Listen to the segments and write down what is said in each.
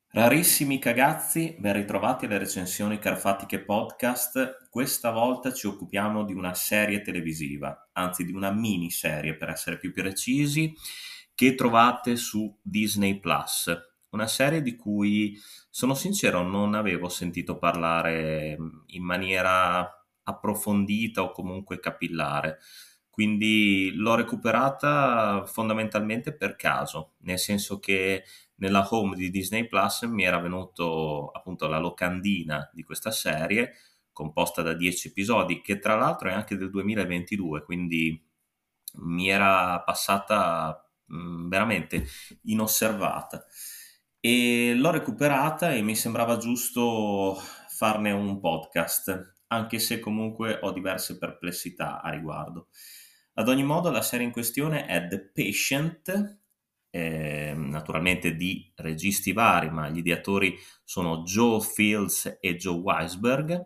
Rarissimi cagazzi, ben ritrovati alle recensioni Carfatiche Podcast. Questa volta ci occupiamo di una serie televisiva, anzi di una miniserie per essere più precisi, che trovate su Disney Plus. Una serie di cui, sono sincero, non avevo sentito parlare in maniera approfondita o comunque capillare. Quindi l'ho recuperata fondamentalmente per caso, nel senso che nella home di Disney Plus mi era venuto appunto la locandina di questa serie composta da 10 episodi, che tra l'altro è anche del 2022, quindi mi era passata veramente inosservata. E l'ho recuperata e mi sembrava giusto farne un podcast, anche se comunque ho diverse perplessità a riguardo. Ad ogni modo, la serie in questione è The Patient, naturalmente di registi vari, ma gli ideatori sono Joe Fields e Joe Weisberg,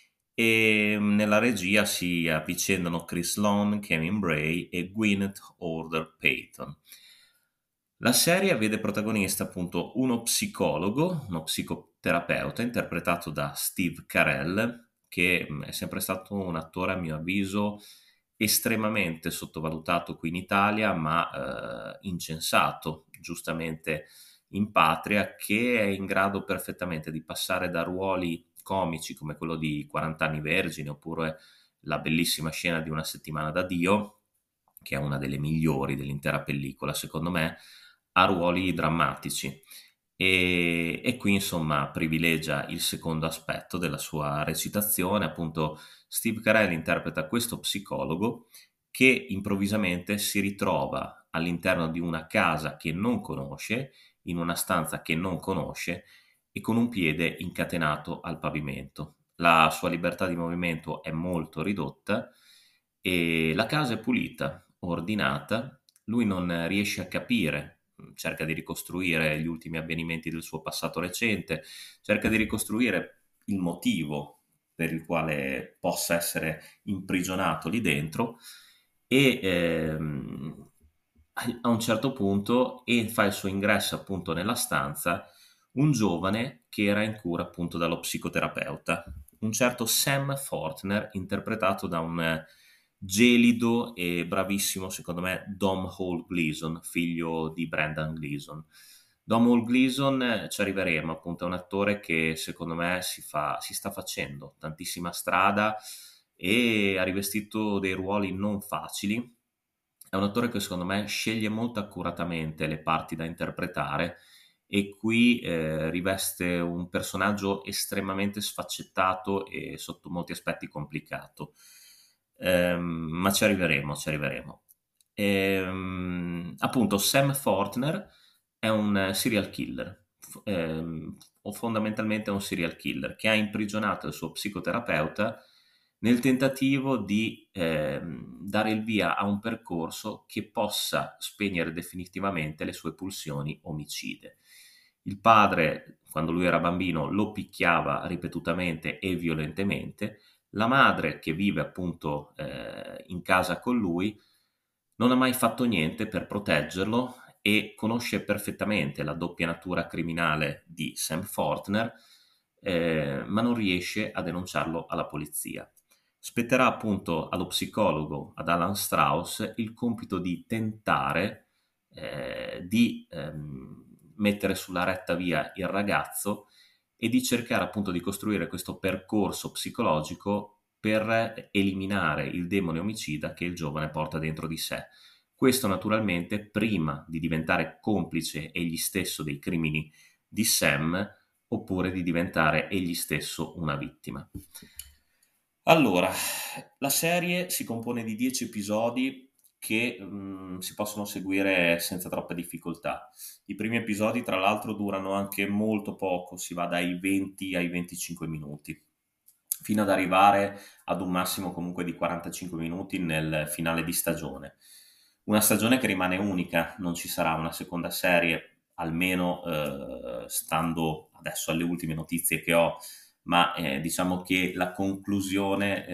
e nella regia si avvicendano Chris Sloan, Kevin Bray e Gwyneth Order Payton. La serie vede protagonista appunto uno psicologo, uno psicoterapeuta interpretato da Steve Carell, che è sempre stato un attore a mio avviso estremamente sottovalutato qui in Italia, ma incensato giustamente in patria, che è in grado perfettamente di passare da ruoli comici come quello di 40 anni vergine oppure la bellissima scena di Una settimana da Dio, che è una delle migliori dell'intera pellicola secondo me, a ruoli drammatici. E qui insomma privilegia il secondo aspetto della sua recitazione, appunto Steve Carell interpreta questo psicologo che improvvisamente si ritrova all'interno di una casa che non conosce, in una stanza che non conosce e con un piede incatenato al pavimento. La sua libertà di movimento è molto ridotta e la casa è pulita, ordinata, lui non riesce a capire, cerca di ricostruire gli ultimi avvenimenti del suo passato recente, cerca di ricostruire il motivo per il quale possa essere imprigionato lì dentro e a un certo punto e fa il suo ingresso appunto nella stanza un giovane che era in cura appunto dallo psicoterapeuta, un certo Sam Fortner, interpretato da un gelido e bravissimo, secondo me, Dom Hall Gleason, figlio di Brendan Gleason. Dom Hall Gleason, ci arriveremo, appunto, è un attore che secondo me si sta facendo tantissima strada e ha rivestito dei ruoli non facili. È un attore che secondo me sceglie molto accuratamente le parti da interpretare e qui riveste un personaggio estremamente sfaccettato e sotto molti aspetti complicato. Ma ci arriveremo, ci arriveremo. Appunto, Sam Fortner è un serial killer, o fondamentalmente è un serial killer che ha imprigionato il suo psicoterapeuta nel tentativo di dare il via a un percorso che possa spegnere definitivamente le sue pulsioni omicide. Il padre, quando lui era bambino, lo picchiava ripetutamente e violentemente. La madre, che vive appunto in casa con lui, non ha mai fatto niente per proteggerlo e conosce perfettamente la doppia natura criminale di Sam Fortner, ma non riesce a denunciarlo alla polizia. Spetterà appunto allo psicologo, ad Alan Strauss, il compito di tentare di mettere sulla retta via il ragazzo e di cercare appunto di costruire questo percorso psicologico per eliminare il demone omicida che il giovane porta dentro di sé. Questo naturalmente prima di diventare complice egli stesso dei crimini di Sam oppure di diventare egli stesso una vittima. Allora, la serie si compone di 10 episodi che si possono seguire senza troppe difficoltà. I primi episodi, tra l'altro, durano anche molto poco, si va dai 20 ai 25 minuti, fino ad arrivare ad un massimo comunque di 45 minuti nel finale di stagione. Una stagione che rimane unica, non ci sarà una seconda serie, almeno stando adesso alle ultime notizie che ho, ma diciamo che la conclusione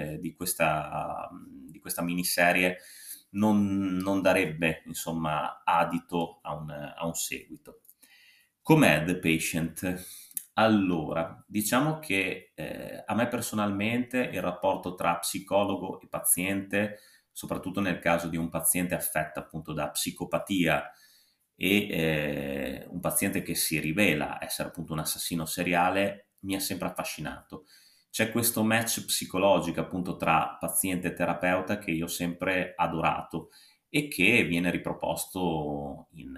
di questa miniserie non darebbe insomma adito a un seguito. Com'è The Patient? Allora, diciamo che a me personalmente il rapporto tra psicologo e paziente, soprattutto nel caso di un paziente affetto appunto da psicopatia e un paziente che si rivela essere appunto un assassino seriale, mi ha sempre affascinato. C'è questo match psicologico appunto tra paziente e terapeuta che io ho sempre adorato e che viene riproposto in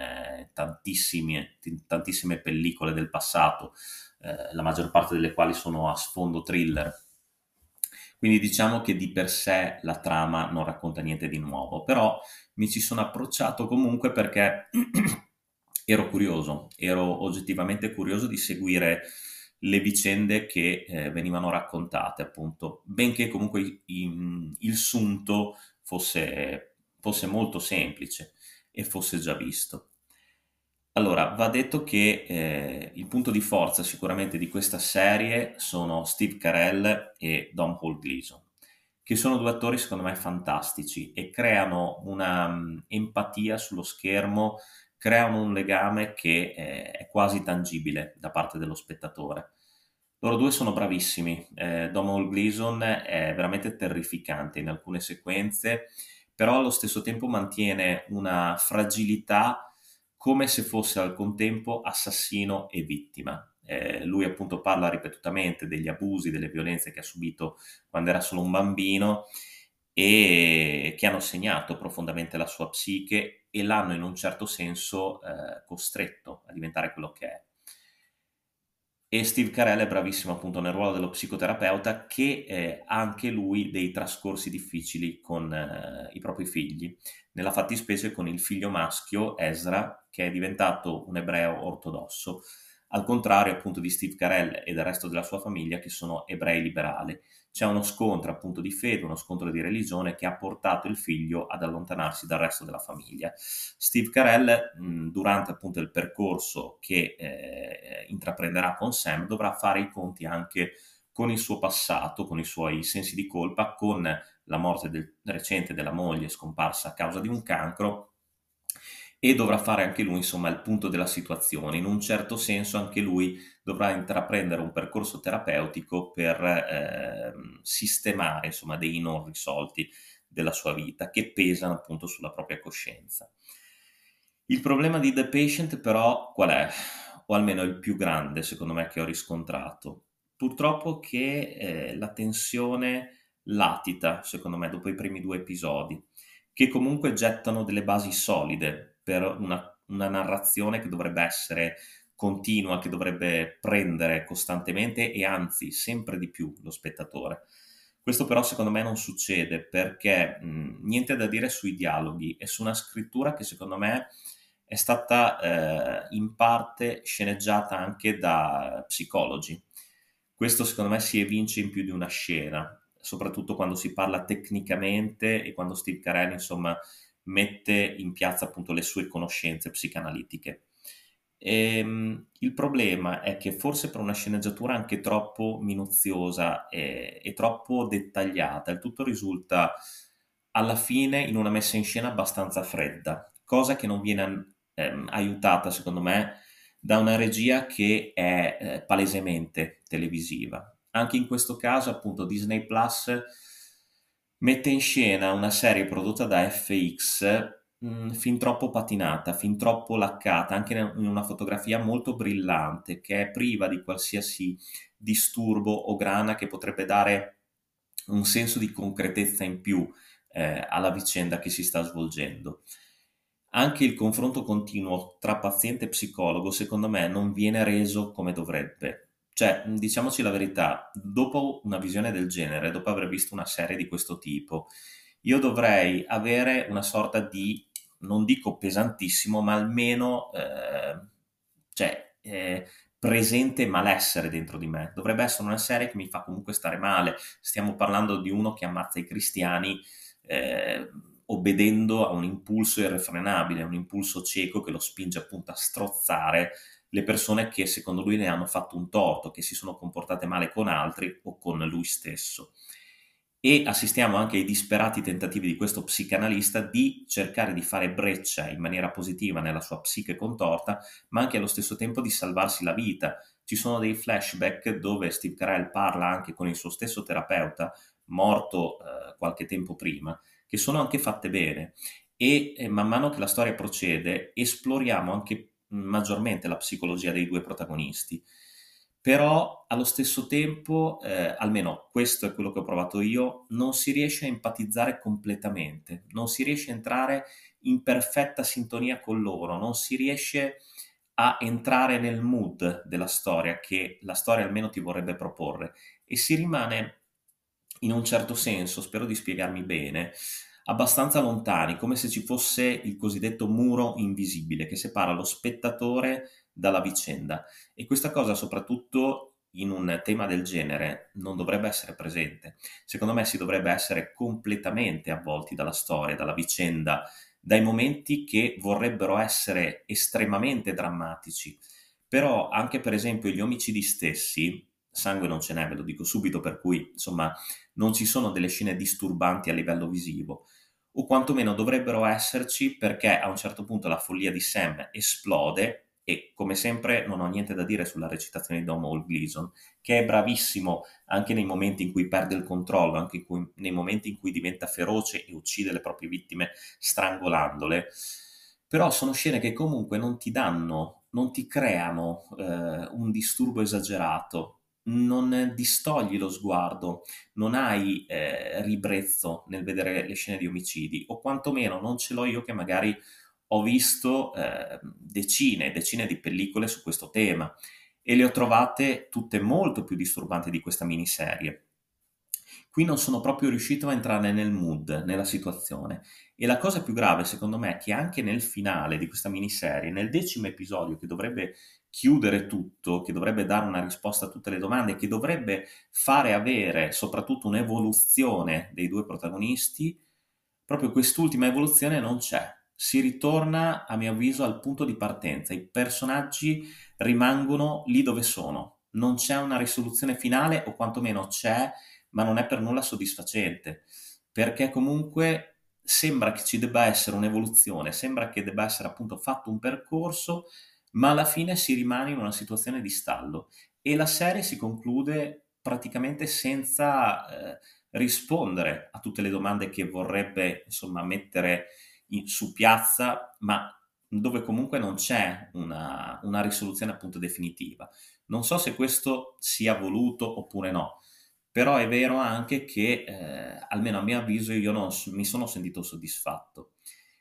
tantissime pellicole del passato, la maggior parte delle quali sono a sfondo thriller. Quindi diciamo che di per sé la trama non racconta niente di nuovo, però mi ci sono approcciato comunque perché ero curioso, ero oggettivamente curioso di seguire le vicende che venivano raccontate, appunto, benché comunque il sunto fosse molto semplice e fosse già visto. Allora, va detto che il punto di forza sicuramente di questa serie sono Steve Carell e Domhnall Gleeson, che sono due attori secondo me fantastici e creano una empatia sullo schermo, creano un legame che è quasi tangibile da parte dello spettatore. Loro due sono bravissimi, Domhnall Gleeson è veramente terrificante in alcune sequenze, però allo stesso tempo mantiene una fragilità come se fosse al contempo assassino e vittima. Lui appunto parla ripetutamente degli abusi, delle violenze che ha subito quando era solo un bambino e che hanno segnato profondamente la sua psiche e l'hanno in un certo senso costretto a diventare quello che è. E Steve Carell è bravissimo appunto nel ruolo dello psicoterapeuta che ha anche lui dei trascorsi difficili con i propri figli, nella fattispecie con il figlio maschio Ezra che è diventato un ebreo ortodosso, al contrario appunto di Steve Carell e del resto della sua famiglia che sono ebrei liberali. C'è uno scontro appunto di fede, uno scontro di religione che ha portato il figlio ad allontanarsi dal resto della famiglia. Steve Carell, durante appunto il percorso che intraprenderà con Sam, dovrà fare i conti anche con il suo passato, con i suoi sensi di colpa, con la morte recente della moglie scomparsa a causa di un cancro e dovrà fare anche lui, insomma, il punto della situazione. In un certo senso anche lui dovrà intraprendere un percorso terapeutico per sistemare, insomma, dei non risolti della sua vita che pesano appunto sulla propria coscienza. Il problema di The Patient però qual è? O almeno il più grande secondo me che ho riscontrato. Purtroppo che la tensione latita, secondo me, dopo i primi due episodi, che comunque gettano delle basi solide per una narrazione che dovrebbe essere continua, che dovrebbe prendere costantemente e anzi sempre di più lo spettatore. Questo però secondo me non succede perché niente da dire sui dialoghi e su una scrittura che secondo me è stata in parte sceneggiata anche da psicologi. Questo secondo me si evince in più di una scena, soprattutto quando si parla tecnicamente e quando Steve Carell, insomma, mette in piazza appunto le sue conoscenze psicanalitiche. Il problema è che forse per una sceneggiatura anche troppo minuziosa e troppo dettagliata, il tutto risulta alla fine in una messa in scena abbastanza fredda, cosa che non viene aiutata, secondo me, da una regia che è palesemente televisiva. Anche in questo caso, appunto, Disney Plus mette in scena una serie prodotta da FX fin troppo patinata, fin troppo laccata, anche in una fotografia molto brillante, che è priva di qualsiasi disturbo o grana che potrebbe dare un senso di concretezza in più alla vicenda che si sta svolgendo. Anche il confronto continuo tra paziente e psicologo, secondo me, non viene reso come dovrebbe. Cioè, diciamoci la verità, dopo una visione del genere, dopo aver visto una serie di questo tipo, io dovrei avere una sorta di, non dico pesantissimo, ma almeno, cioè, presente malessere dentro di me. Dovrebbe essere una serie che mi fa comunque stare male. Stiamo parlando di uno che ammazza i cristiani eh, obbedendo a un impulso irrefrenabile, un impulso cieco che lo spinge appunto a strozzare le persone che secondo lui ne hanno fatto un torto, che si sono comportate male con altri o con lui stesso. e assistiamo anche ai disperati tentativi di questo psicanalista di cercare di fare breccia in maniera positiva nella sua psiche contorta, ma anche allo stesso tempo di salvarsi la vita. Ci sono dei flashback dove Steve Carell parla anche con il suo stesso terapeuta, morto qualche tempo prima, che sono anche fatte bene. E man mano che la storia procede, esploriamo anche maggiormente la psicologia dei due protagonisti. Però allo stesso tempo, almeno questo è quello che ho provato io, non si riesce a empatizzare completamente, non si riesce a entrare in perfetta sintonia con loro, non si riesce a entrare nel mood della storia che la storia almeno ti vorrebbe proporre e si rimane in un certo senso, spero di spiegarmi bene, abbastanza lontani, come se ci fosse il cosiddetto muro invisibile che separa lo spettatore dalla vicenda. E questa cosa, soprattutto in un tema del genere, non dovrebbe essere presente. Secondo me si dovrebbe essere completamente avvolti dalla storia, dalla vicenda, dai momenti che vorrebbero essere estremamente drammatici. Però anche per esempio gli omicidi stessi, sangue non ce n'è, ve lo dico subito, per cui insomma non ci sono delle scene disturbanti a livello visivo, o quantomeno dovrebbero esserci perché a un certo punto la follia di Sam esplode e come sempre non ho niente da dire sulla recitazione di Domhnall Gleeson, che è bravissimo anche nei momenti in cui perde il controllo, anche nei momenti in cui diventa feroce e uccide le proprie vittime strangolandole. Però sono scene che comunque non ti danno, non ti creano un disturbo esagerato, non distogli lo sguardo, non hai ribrezzo nel vedere le scene di omicidi, o quantomeno non ce l'ho io che magari ho visto decine e decine di pellicole su questo tema e le ho trovate tutte molto più disturbanti di questa miniserie. Qui non sono proprio riuscito a entrare nel mood, nella situazione. E la cosa più grave, secondo me, è che anche nel finale di questa miniserie, nel 10° episodio, che dovrebbe chiudere tutto, che dovrebbe dare una risposta a tutte le domande, che dovrebbe fare avere soprattutto un'evoluzione dei due protagonisti, proprio quest'ultima evoluzione non c'è. Si ritorna, a mio avviso, al punto di partenza. I personaggi rimangono lì dove sono. Non c'è una risoluzione finale, o quantomeno c'è, ma non è per nulla soddisfacente, perché comunque sembra che ci debba essere un'evoluzione, sembra che debba essere appunto fatto un percorso, ma alla fine si rimane in una situazione di stallo e la serie si conclude praticamente senza rispondere a tutte le domande che vorrebbe insomma mettere su piazza, ma dove comunque non c'è una risoluzione appunto definitiva. Non so se questo sia voluto oppure no, però è vero anche che, almeno a mio avviso, io non mi sono sentito soddisfatto.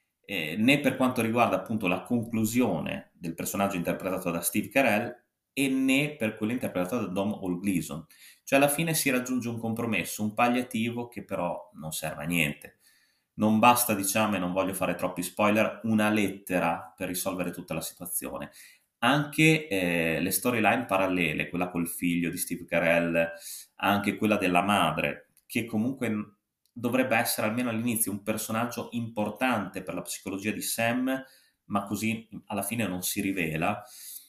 Né per quanto riguarda appunto la conclusione del personaggio interpretato da Steve Carell e né per quello interpretato da Domhnall Gleeson. Cioè alla fine si raggiunge un compromesso, un palliativo che però non serve a niente. Non basta, diciamo, e non voglio fare troppi spoiler, una lettera per risolvere tutta la situazione. Anche le storyline parallele, quella col figlio di Steve Carell, anche quella della madre, che comunque dovrebbe essere almeno all'inizio un personaggio importante per la psicologia di Sam, ma così alla fine non si rivela,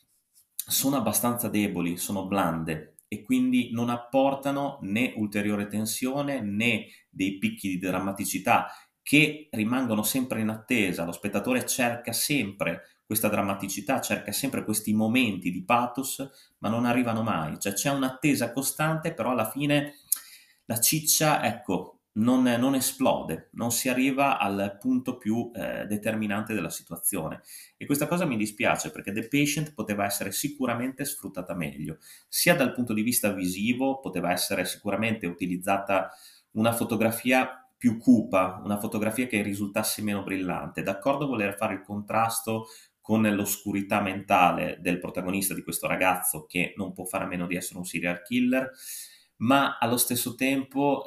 sono abbastanza deboli, sono blande e quindi non apportano né ulteriore tensione né dei picchi di drammaticità che rimangono sempre in attesa. Lo spettatore cerca sempre questa drammaticità, cerca sempre questi momenti di pathos, ma non arrivano mai. Cioè c'è un'attesa costante, però alla fine la ciccia, ecco, non esplode, non si arriva al punto più determinante della situazione. E questa cosa mi dispiace perché The Patient poteva essere sicuramente sfruttata meglio, sia dal punto di vista visivo, poteva essere sicuramente utilizzata una fotografia più cupa, una fotografia che risultasse meno brillante. D'accordo voler fare il contrasto con l'oscurità mentale del protagonista di questo ragazzo che non può fare a meno di essere un serial killer, ma allo stesso tempo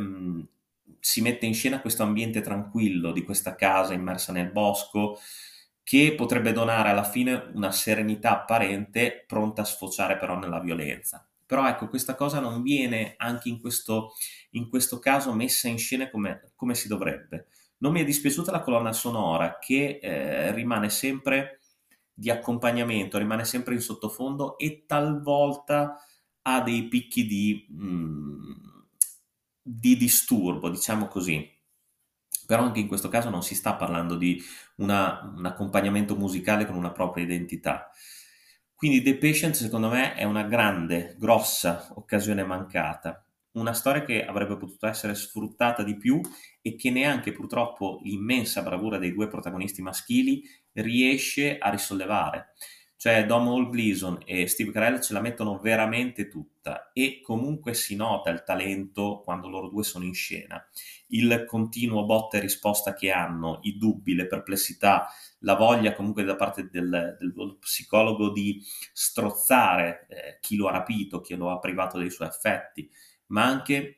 si mette in scena questo ambiente tranquillo di questa casa immersa nel bosco che potrebbe donare alla fine una serenità apparente pronta a sfociare però nella violenza. Però ecco, questa cosa non viene anche in questo caso messa in scena come si dovrebbe. Non mi è dispiaciuta la colonna sonora che rimane sempre di accompagnamento, rimane sempre in sottofondo e talvolta ha dei picchi di di disturbo, diciamo così. Però anche in questo caso non si sta parlando di un accompagnamento musicale con una propria identità. Quindi The Patient secondo me è una grande, grossa occasione mancata, una storia che avrebbe potuto essere sfruttata di più e che neanche purtroppo l'immensa bravura dei due protagonisti maschili riesce a risollevare. Cioè Domhnall Gleeson e Steve Carell ce la mettono veramente tutta e comunque si nota il talento quando loro due sono in scena. Il continuo botta e risposta che hanno, i dubbi, le perplessità, la voglia comunque da parte dello psicologo di strozzare chi lo ha rapito, chi lo ha privato dei suoi affetti, ma anche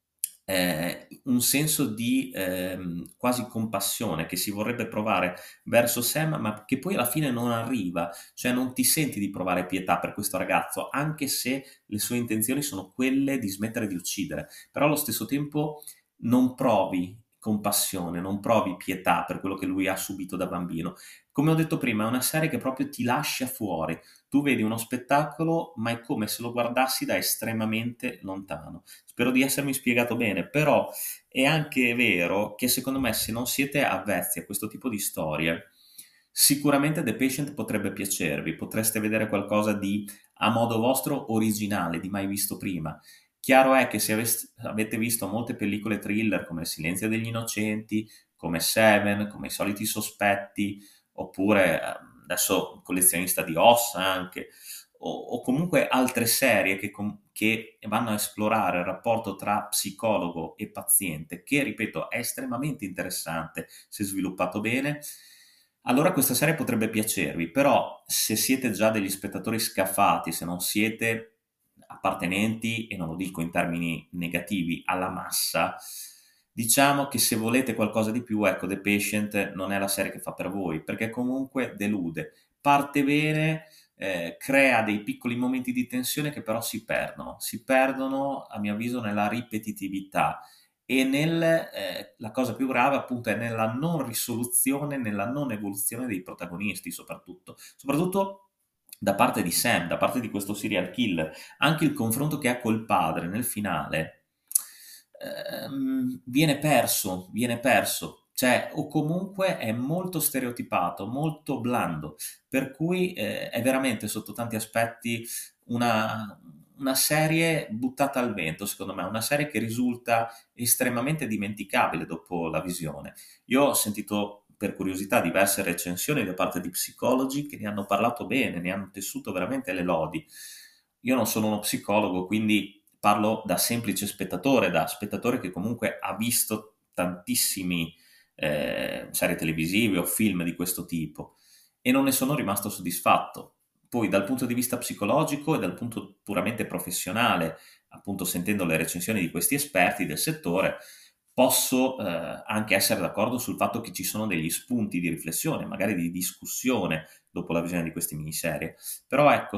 un senso di quasi compassione che si vorrebbe provare verso Sam, ma che poi alla fine non arriva, cioè non ti senti di provare pietà per questo ragazzo, anche se le sue intenzioni sono quelle di smettere di uccidere, però allo stesso tempo non provi compassione, non provi pietà per quello che lui ha subito da bambino. Come ho detto prima, è una serie che proprio ti lascia fuori. Tu vedi uno spettacolo, ma è come se lo guardassi da estremamente lontano. Spero di essermi spiegato bene, però è anche vero che secondo me se non siete avvezzi a questo tipo di storie, sicuramente The Patient potrebbe piacervi, potreste vedere qualcosa di a modo vostro originale, di mai visto prima. Chiaro è che se avete visto molte pellicole thriller come Il silenzio degli innocenti, come Seven, come I soliti sospetti, oppure adesso Collezionista di ossa anche, o comunque altre serie che vanno a esplorare il rapporto tra psicologo e paziente, che ripeto è estremamente interessante se sviluppato bene, allora questa serie potrebbe piacervi, però se siete già degli spettatori scafati, se non siete appartenenti, e non lo dico in termini negativi, alla massa, diciamo che se volete qualcosa di più, ecco, The Patient non è la serie che fa per voi, perché comunque delude. Parte bene, crea dei piccoli momenti di tensione che però si perdono a mio avviso nella ripetitività e la cosa più grave appunto è nella non risoluzione, nella non evoluzione dei protagonisti soprattutto da parte di Sam, da parte di questo serial killer. Anche il confronto che ha col padre nel finale viene perso, cioè o comunque è molto stereotipato, molto blando, per cui è veramente sotto tanti aspetti una, una serie buttata al vento, secondo me, una serie che risulta estremamente dimenticabile dopo la visione. Io ho sentito per curiosità diverse recensioni da parte di psicologi che ne hanno parlato bene, ne hanno tessuto veramente le lodi. Io non sono uno psicologo, quindi parlo da semplice spettatore, da spettatore che comunque ha visto tantissimi serie televisive o film di questo tipo e non ne sono rimasto soddisfatto. Poi dal punto di vista psicologico e dal punto puramente professionale, appunto sentendo le recensioni di questi esperti del settore, posso anche essere d'accordo sul fatto che ci sono degli spunti di riflessione, magari di discussione dopo la visione di queste miniserie. Però ecco,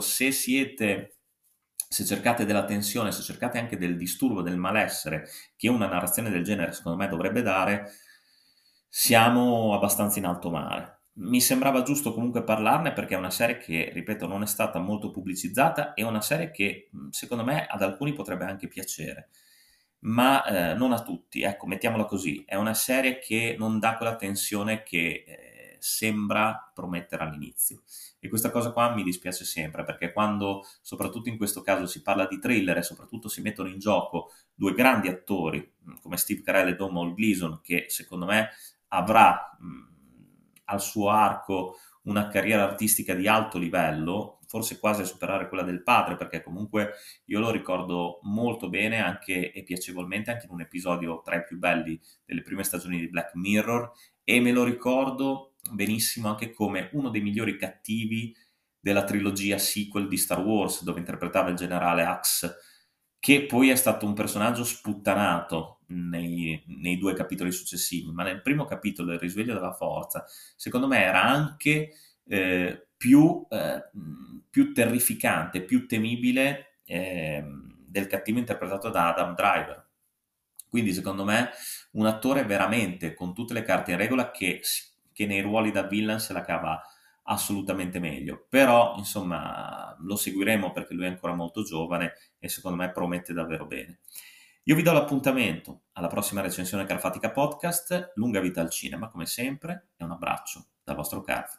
se cercate della tensione, se cercate anche del disturbo, del malessere che una narrazione del genere secondo me dovrebbe dare, siamo abbastanza in alto mare. Mi sembrava giusto comunque parlarne perché è una serie che, ripeto, non è stata molto pubblicizzata, è una serie che secondo me ad alcuni potrebbe anche piacere, ma non a tutti, ecco, mettiamola così, è una serie che non dà quella tensione che sembra promettere all'inizio. E questa cosa qua mi dispiace sempre, perché quando, soprattutto in questo caso, si parla di thriller e soprattutto si mettono in gioco due grandi attori, come Steve Carell e Domhnall Gleeson, che secondo me avrà al suo arco una carriera artistica di alto livello, forse quasi a superare quella del padre, perché comunque io lo ricordo molto bene anche e piacevolmente anche in un episodio tra i più belli delle prime stagioni di Black Mirror e me lo ricordo benissimo anche come uno dei migliori cattivi della trilogia sequel di Star Wars, dove interpretava il generale Hux, che poi è stato un personaggio sputtanato nei due capitoli successivi, ma nel primo capitolo, Il risveglio della forza, secondo me era anche più terrificante, più temibile del cattivo interpretato da Adam Driver. Quindi secondo me un attore veramente con tutte le carte in regola che nei ruoli da villain se la cava assolutamente meglio. Però, insomma, lo seguiremo perché lui è ancora molto giovane e secondo me promette davvero bene. Io vi do l'appuntamento alla prossima recensione Carfatica Podcast, lunga vita al cinema come sempre e un abbraccio dal vostro Carf.